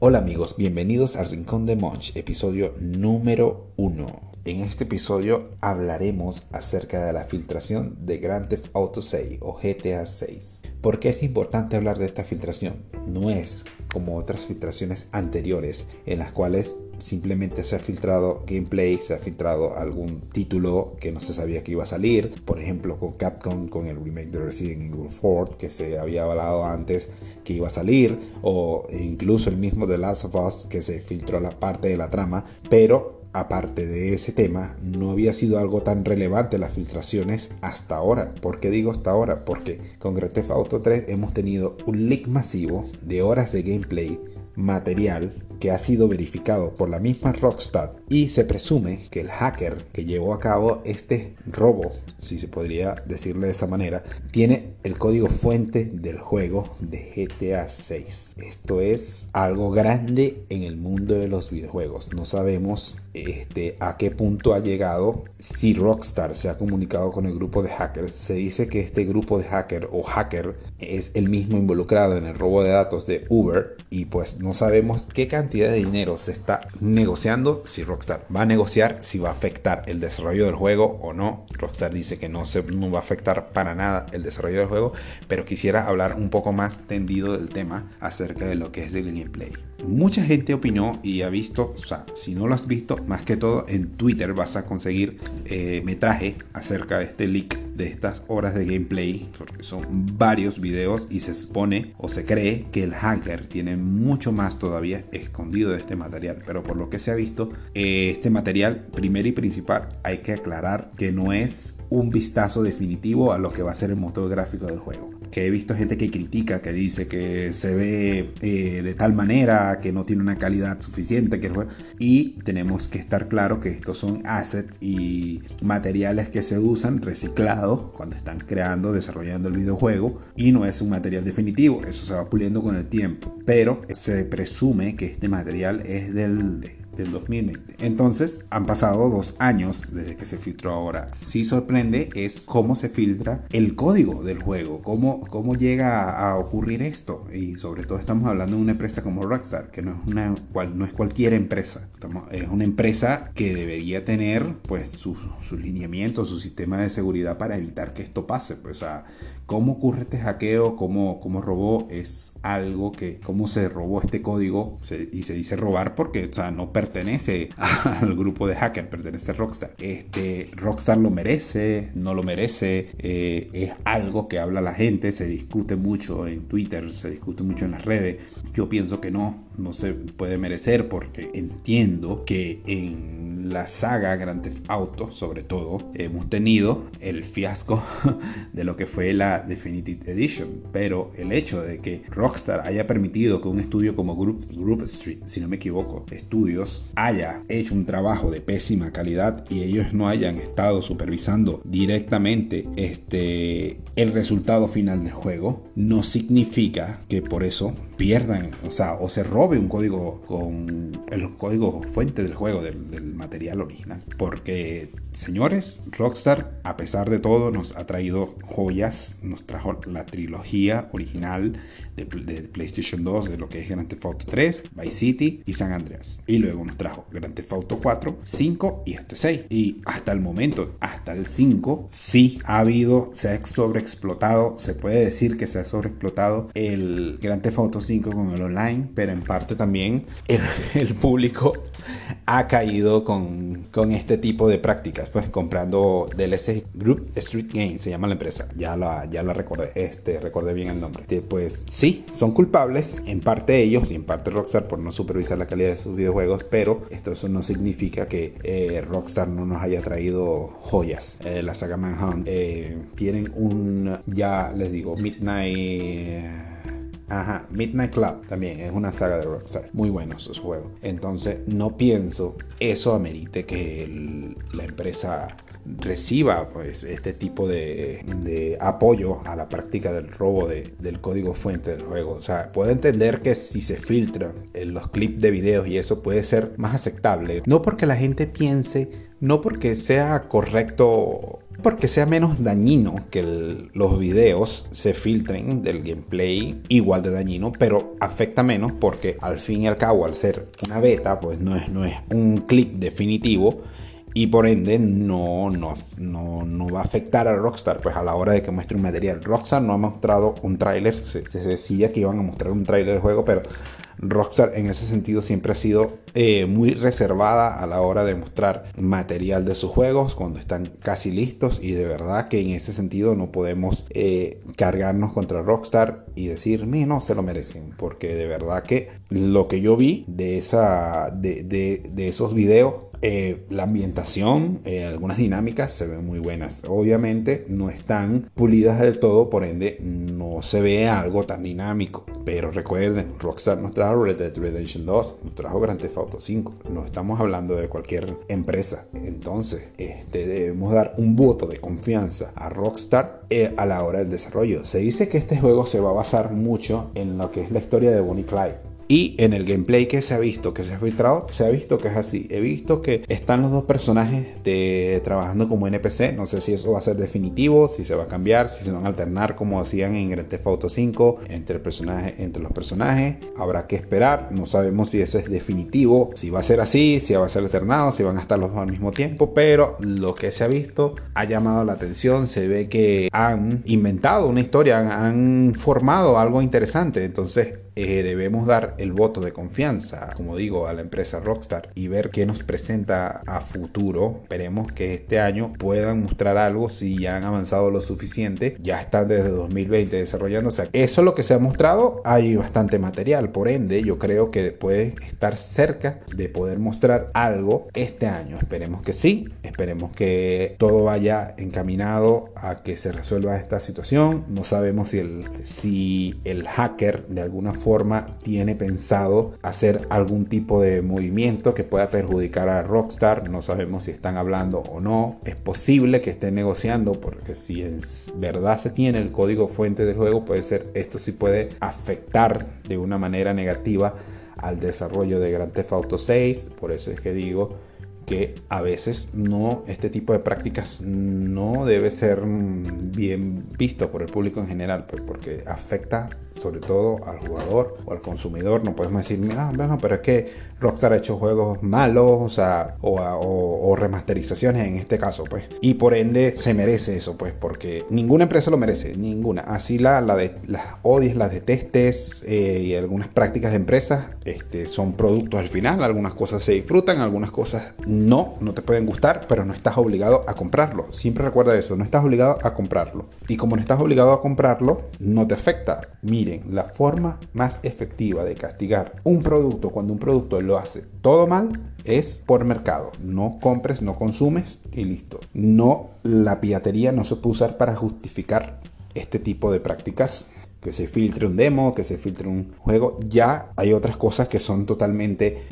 Hola amigos, bienvenidos al Rincón de Monch, episodio número 1. En este episodio hablaremos acerca de la filtración de Grand Theft Auto 6 o GTA 6. ¿Por qué es importante hablar de esta filtración? No es como otras filtraciones anteriores en las cuales simplemente se ha filtrado gameplay, se ha filtrado algún título que no se sabía que iba a salir. Por ejemplo, con Capcom, con el remake de Resident Evil 4, que se había hablado antes que iba a salir, o incluso el mismo The Last of Us, que se filtró la parte de la trama, pero aparte de ese tema, no había sido algo tan relevante las filtraciones hasta ahora. ¿Por qué digo hasta ahora? Porque con Grand Theft Auto 3 hemos tenido un leak masivo de horas de gameplay, material que ha sido verificado por la misma Rockstar, y se presume que el hacker que llevó a cabo este robo, si se podría decirle de esa manera, tiene el código fuente del juego de GTA 6. Esto es algo grande en el mundo de los videojuegos. No sabemos a qué punto ha llegado. Si Rockstar se ha comunicado con el grupo de hackers, se dice que este grupo de hacker o hacker es el mismo involucrado en el robo de datos de Uber, y pues no sabemos qué cantidad de dinero se está negociando. Si Rockstar va a negociar, si va a afectar el desarrollo del juego o no. Rockstar dice que no va a afectar para nada el desarrollo del juego, pero quisiera hablar un poco más tendido del tema acerca de lo que es el gameplay. Mucha gente opinó y ha visto, o sea, si no lo has visto, más que todo en Twitter vas a conseguir metraje acerca de este leak, de estas horas de gameplay, porque son varios videos y se supone o se cree que el hacker tiene mucho más todavía escondido de este material. Pero por lo que se ha visto, este material, primero y principal, hay que aclarar que no es un vistazo definitivo a lo que va a ser el motor gráfico del juego. Que he visto gente que critica, que dice que se ve de tal manera, que no tiene una calidad suficiente, que el juego... Y tenemos que estar claro que estos son assets y materiales que se usan reciclados cuando están creando, desarrollando el videojuego, y no es un material definitivo. Eso se va puliendo con el tiempo, pero se presume que este material es del 2020. Entonces han pasado 2 años desde que se filtró ahora. Sí sorprende es cómo se filtra el código del juego, cómo llega a ocurrir esto, y sobre todo estamos hablando de una empresa como Rockstar, que no es cualquier empresa. Es una empresa que debería tener pues sus lineamientos, su sistema de seguridad para evitar que esto pase. Pues, o sea, cómo ocurre este hackeo, cómo robó, es algo que, cómo se robó este código, y se dice robar porque, o sea, no pertenece al grupo de hackers, pertenece a Rockstar. Rockstar lo merece, no lo merece, es algo que habla la gente, se discute mucho en Twitter, se discute mucho en las redes. Yo pienso que no se puede merecer, porque entiendo que en la saga Grand Theft Auto, sobre todo, hemos tenido el fiasco de lo que fue la Definitive Edition, pero el hecho de que Rockstar haya permitido que un estudio como Group Street, si no me equivoco, estudios, haya hecho un trabajo de pésima calidad y ellos no hayan estado supervisando directamente el resultado final del juego, no significa que por eso pierdan, o se robe un código con el código fuente del juego, del material original. Porque, señores, Rockstar, a pesar de todo, nos ha traído joyas. Nos trajo la trilogía original de PlayStation 2, de lo que es Grand Theft Auto 3, Vice City y San Andreas. Y luego nos trajo Grand Theft Auto 4, 5 y 6. Y hasta el momento, hasta el 5, sí se ha sobreexplotado. Se puede decir que se ha sobreexplotado el Grand Theft Auto 5 con el online, pero en parte también el público ha caído con este tipo de prácticas, pues comprando DLC. Group Street Games se llama la empresa, ya la recordé, recordé bien el nombre. Pues sí, son culpables en parte ellos y en parte Rockstar por no supervisar la calidad de sus videojuegos, pero eso no significa que Rockstar no nos haya traído joyas. La saga Manhunt, tienen ya les digo, Midnight Club también es una saga de Rockstar. Muy buenos esos juegos. Entonces no pienso eso amerite que la empresa reciba pues este tipo de apoyo a la práctica del robo del código fuente del juego. O sea, puedo entender que si se filtran los clips de videos y eso puede ser más aceptable, no porque la gente piense, no porque sea correcto porque sea menos dañino que los videos se filtren del gameplay, igual de dañino, pero afecta menos porque al fin y al cabo, al ser una beta, pues no es un clip definitivo. Y por ende no va a afectar a Rockstar pues a la hora de que muestre un material. Rockstar no ha mostrado un tráiler, se decía que iban a mostrar un tráiler del juego, pero Rockstar en ese sentido siempre ha sido muy reservada a la hora de mostrar material de sus juegos cuando están casi listos, y de verdad que en ese sentido no podemos cargarnos contra Rockstar y decir, no, se lo merecen, porque de verdad que lo que yo vi de esos videos, la ambientación, algunas dinámicas se ven muy buenas. Obviamente no están pulidas del todo, por ende no se ve algo tan dinámico. Pero recuerden, Rockstar nos trajo Red Dead Redemption 2, nos trajo Grand Theft Auto 5. No estamos hablando de cualquier empresa. Entonces, debemos dar un voto de confianza a Rockstar a la hora del desarrollo. Se dice que este juego se va a basar mucho en lo que es la historia de Bonnie y Clyde. Y en el gameplay que se ha visto, que se ha filtrado, se ha visto que es así. He visto que están los dos personajes trabajando como NPC. No sé si eso va a ser definitivo, si se va a cambiar, si se van a alternar como hacían en Grand Theft Auto 5 entre los personajes. Habrá que esperar. No sabemos si eso es definitivo, si va a ser así, si va a ser alternado, si van a estar los dos al mismo tiempo. Pero lo que se ha visto ha llamado la atención. Se ve que han inventado una historia, han formado algo interesante. Entonces debemos dar el voto de confianza, como digo, a la empresa Rockstar y ver qué nos presenta a futuro. Esperemos que este año puedan mostrar algo si ya han avanzado lo suficiente. Ya están desde 2020 desarrollándose. Eso es lo que se ha mostrado. Hay bastante material, por ende yo creo que puede estar cerca de poder mostrar algo este año. Esperemos que sí, esperemos que todo vaya encaminado a que se resuelva esta situación. No sabemos si el hacker de alguna forma tiene pensado hacer algún tipo de movimiento que pueda perjudicar a Rockstar. No sabemos si están hablando o no. Es posible que estén negociando, porque si en verdad se tiene el código fuente del juego, puede ser, esto sí puede afectar de una manera negativa al desarrollo de Grand Theft Auto 6. Por eso es que digo que a veces este tipo de prácticas no debe ser bien visto por el público en general, pues porque afecta sobre todo al jugador o al consumidor. No podemos decir, mira, bueno, pero es que Rockstar ha hecho juegos malos, o remasterizaciones en este caso, pues, y por ende se merece eso, pues, porque ninguna empresa lo merece, ninguna. Así las odies, las detestes, y algunas prácticas de empresas son productos al final. Algunas cosas se disfrutan, algunas cosas no te pueden gustar, pero no estás obligado a comprarlo. Siempre recuerda eso, no estás obligado a comprarlo. Y como no estás obligado a comprarlo, no te afecta. Miren, la forma más efectiva de castigar un producto cuando un producto lo hace todo mal es por mercado. No compres, no consumes y listo. La piratería no se puede usar para justificar este tipo de prácticas. Que se filtre un demo, que se filtre un juego. Ya hay otras cosas que son totalmente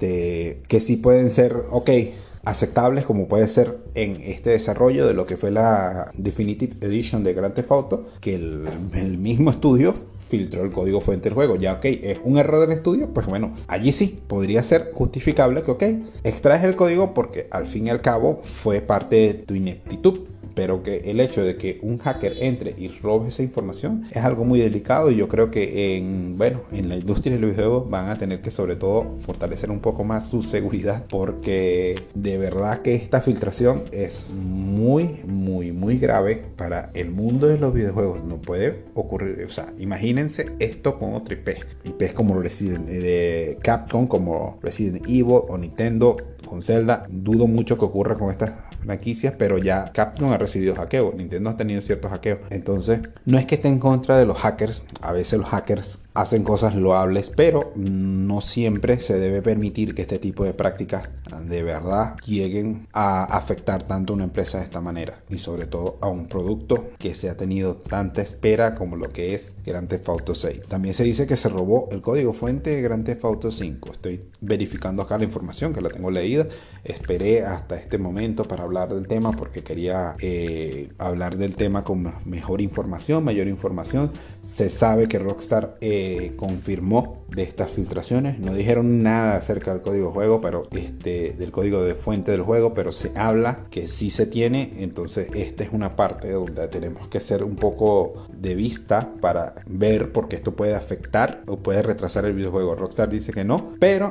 que sí pueden ser aceptables, como puede ser en este desarrollo de lo que fue la Definitive Edition de Grand Theft Auto, que el mismo estudio filtró el código fuente del juego. Ya es un error del estudio, pues bueno, allí sí podría ser justificable que extraes el código porque al fin y al cabo fue parte de tu ineptitud. Pero que el hecho de que un hacker entre y robe esa información es algo muy delicado, y yo creo que en la industria del videojuego van a tener que sobre todo fortalecer un poco más su seguridad, porque de verdad que esta filtración es muy, muy, muy grave para el mundo de los videojuegos. No puede ocurrir, o sea, imagínense esto con otro IPs como de Capcom, como Resident Evil o Nintendo con Zelda. Dudo mucho que ocurra con estas franquicias, pero ya Capcom ha recibido hackeo, Nintendo ha tenido ciertos hackeos. Entonces, no es que esté en contra de los hackers. A veces los hackers hacen cosas loables, pero no siempre se debe permitir que este tipo de prácticas de verdad lleguen a afectar tanto a una empresa de esta manera, y sobre todo a un producto que se ha tenido tanta espera como lo que es Grand Theft Auto 6. También se dice que se robó el código fuente de Grand Theft Auto 5. Estoy verificando acá la información, que la tengo leída. Esperé hasta este momento para hablar del tema porque quería hablar del tema con mayor información. Se sabe que Rockstar confirmó de estas filtraciones. No dijeron nada acerca del código de juego, pero del código de fuente del juego, pero se habla que sí se tiene. Entonces esta es una parte donde tenemos que ser un poco de vista para ver, porque esto puede afectar o puede retrasar el videojuego. Rockstar dice que no, pero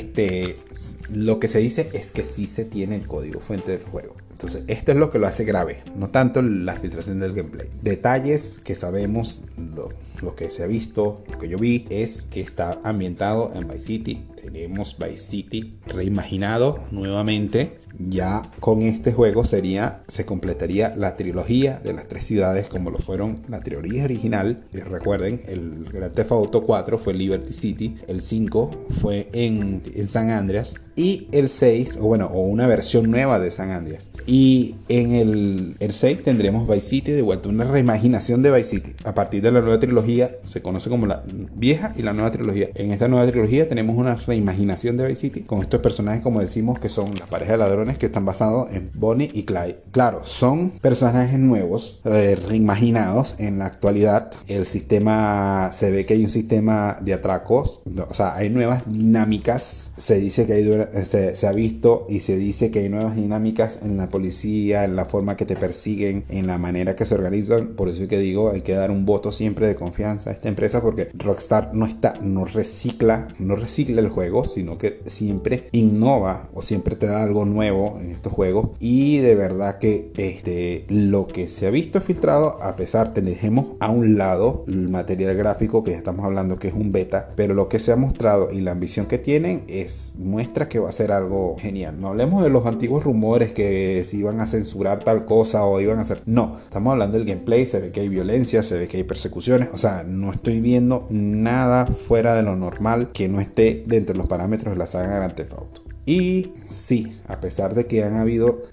lo que se dice es que sí se tiene el código fuente del juego. Entonces esto es lo que lo hace grave, no tanto la filtración del gameplay. Detalles que sabemos, lo que se ha visto, lo que yo vi, es que está ambientado en Vice City. Tenemos Vice City reimaginado nuevamente. Ya con este juego se completaría la trilogía de las 3 ciudades, como lo fueron la trilogía original. Recuerden, el Grand Theft Auto 4 fue Liberty City, el 5 fue en San Andreas, y el 6, o una versión nueva de San Andreas. Y en el 6 tendremos Vice City de vuelta, una reimaginación de Vice City. A partir de la nueva trilogía, se conoce como la vieja y la nueva trilogía. En esta nueva trilogía tenemos una reimaginación de Vice City, con estos personajes, como decimos, que son la pareja de ladrones, que están basados en Bonnie y Clyde. Claro, son personajes nuevos, reimaginados en la actualidad. El sistema, se ve que hay un sistema de atracos, o sea, hay nuevas dinámicas. Se dice que se ha visto y se dice que hay nuevas dinámicas en la policía, en la forma que te persiguen, en la manera que se organizan. Por eso es que digo, hay que dar un voto siempre de confianza a esta empresa, porque Rockstar no recicla el juego, sino que siempre innova o siempre te da algo nuevo en estos juegos. Y de verdad que lo que se ha visto filtrado, a pesar, te dejemos a un lado el material gráfico que estamos hablando que es un beta, pero lo que se ha mostrado y la ambición que tienen muestra que va a ser algo genial. No hablemos de los antiguos rumores que si iban a censurar tal cosa o iban a hacer, no, estamos hablando del gameplay. Se ve que hay violencia, se ve que hay persecuciones, o sea, no estoy viendo nada fuera de lo normal que no esté dentro de los parámetros de la saga Grand Theft Auto. Y sí, a pesar de que ha habido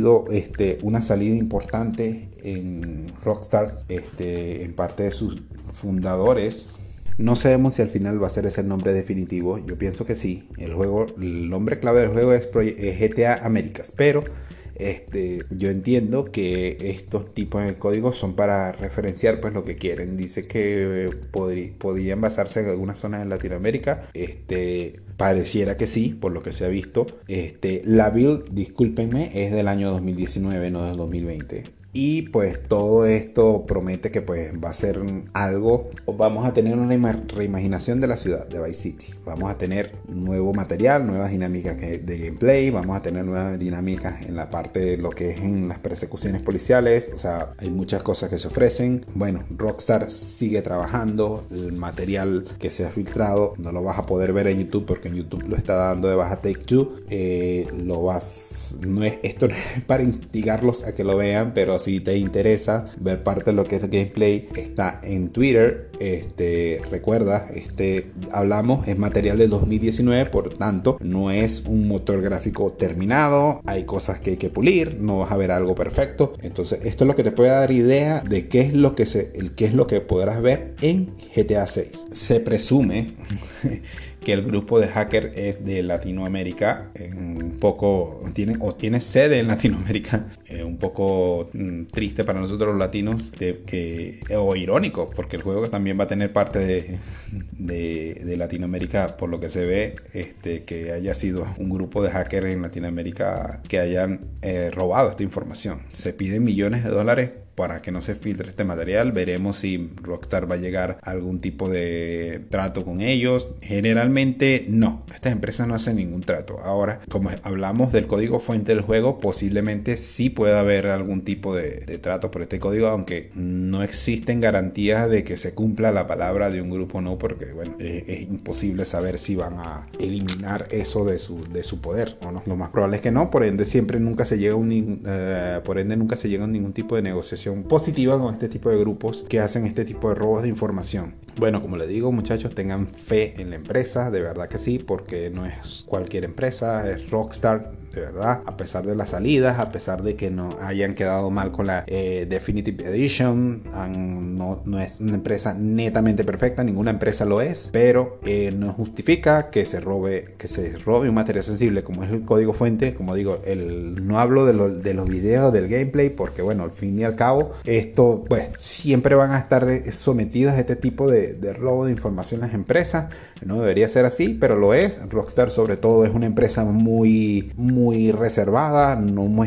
una salida importante en Rockstar, en parte de sus fundadores, no sabemos si al final va a ser ese el nombre definitivo. Yo pienso que sí. El nombre clave del juego es GTA Américas, pero yo entiendo que estos tipos de códigos son para referenciar pues lo que quieren. Dice que podrían basarse en algunas zonas de Latinoamérica. Pareciera que sí, por lo que se ha visto. La build, discúlpenme, es del año 2019, no del 2020. Y pues todo esto promete que pues va a ser algo, vamos a tener una reimaginación de la ciudad de Vice City. Vamos a tener nuevo material, nuevas dinámicas de gameplay, vamos a tener nuevas dinámicas en la parte de lo que es en las persecuciones policiales. O sea, hay muchas cosas que se ofrecen. Bueno, Rockstar sigue trabajando. El material que se ha filtrado no lo vas a poder ver en YouTube, porque en YouTube lo está dando de baja Take-Two. Esto no es para instigarlos a que lo vean, pero si te interesa ver parte de lo que es el gameplay, está en Twitter. Recuerda, hablamos, es material de 2019, por tanto no es un motor gráfico terminado, hay cosas que hay que pulir, no vas a ver algo perfecto. Entonces esto es lo que te puede dar idea de qué es lo que podrás ver en GTA 6. Se presume que el grupo de hackers es de Latinoamérica, tiene sede en Latinoamérica. Un poco triste para nosotros los latinos, o irónico, porque el juego también va a tener parte de Latinoamérica, por lo que se ve, que haya sido un grupo de hackers en Latinoamérica que hayan robado esta información. Se piden millones de dólares para que no se filtre este material. Veremos si Rockstar va a llegar a algún tipo de trato con ellos. Generalmente no, estas empresas no hacen ningún trato. Ahora, como hablamos del código fuente del juego, posiblemente sí pueda haber algún tipo de trato por este código, aunque no existen garantías de que se cumpla la palabra de un grupo o no, porque bueno, es imposible saber si van a eliminar eso de su poder o no. Lo más probable es que no, por ende nunca se llega a ningún tipo de negociación positiva con este tipo de grupos que hacen este tipo de robos de información. Bueno, como les digo, muchachos, tengan fe en la empresa, de verdad que sí, porque no es cualquier empresa, es Rockstar. de verdad, a pesar de las salidas, a pesar de que no hayan quedado mal con la Definitive Edition, no es una empresa netamente perfecta, ninguna empresa lo es, pero no justifica que se robe un material sensible como es el código fuente. Como digo, no hablo de los videos, del gameplay, porque bueno, al fin y al cabo, esto pues siempre van a estar sometidos a este tipo de robo de información las empresas. No debería ser así, pero lo es. Rockstar sobre todo es una empresa muy reservada,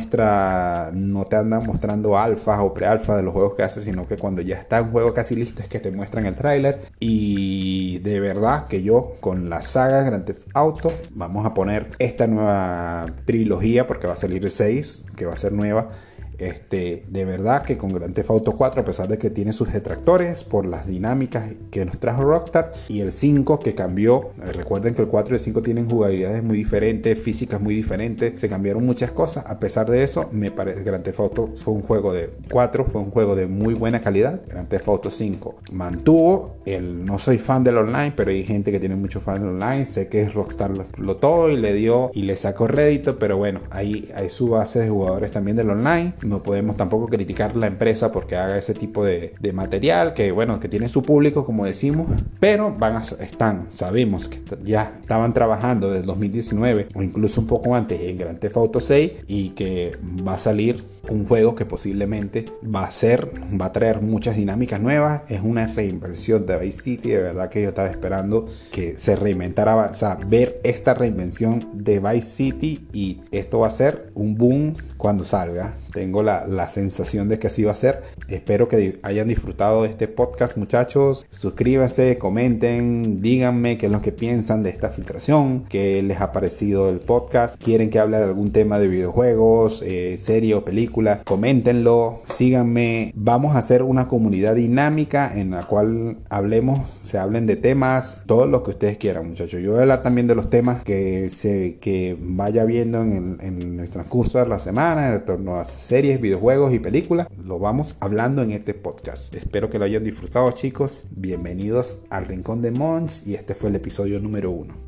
no te andan mostrando alfas o pre-alfa de los juegos que hace, sino que cuando ya está un juego casi listo es que te muestran el tráiler. Y de verdad que yo con la saga Grand Theft Auto vamos a poner esta nueva trilogía, porque va a salir el 6, que va a ser nueva. De verdad que con Grand Theft Auto 4, a pesar de que tiene sus detractores por las dinámicas que nos trajo Rockstar, y el 5 que cambió, recuerden que el 4 y el 5 tienen jugabilidades muy diferentes, físicas muy diferentes, se cambiaron muchas cosas. A pesar de eso, me parece que Grand Theft Auto fue un juego de muy buena calidad. Grand Theft Auto 5 mantuvo no soy fan del online, pero hay gente que tiene mucho fan del online. Sé que Rockstar lo explotó y le sacó rédito, pero bueno, hay su base de jugadores también del online. No podemos tampoco criticar la empresa porque haga ese tipo de material que bueno, que tiene su público, como decimos, pero sabemos que ya estaban trabajando desde el 2019 o incluso un poco antes en Grand Theft Auto 6, y que va a salir un juego que posiblemente va a traer muchas dinámicas nuevas. Es una reinversión de Vice City. De verdad que yo estaba esperando que se reinventara, o sea, ver esta reinvención de Vice City, y esto va a ser un boom cuando salga. Tengo la sensación de que así va a ser. Espero que hayan disfrutado de este podcast, muchachos. Suscríbanse, comenten, díganme qué es lo que piensan de esta filtración, qué les ha parecido el podcast. ¿Quieren que hable de algún tema de videojuegos, serie o película? Coméntenlo, síganme. Vamos a hacer una comunidad dinámica en la cual se hablen de temas, todo lo que ustedes quieran, muchachos. Yo voy a hablar también de los temas que vaya viendo en el transcurso de la semana, en torno a series, videojuegos y películas. Lo vamos hablando en este podcast. Espero que lo hayan disfrutado, chicos. Bienvenidos al Rincón de Monch, y este fue el episodio número 1.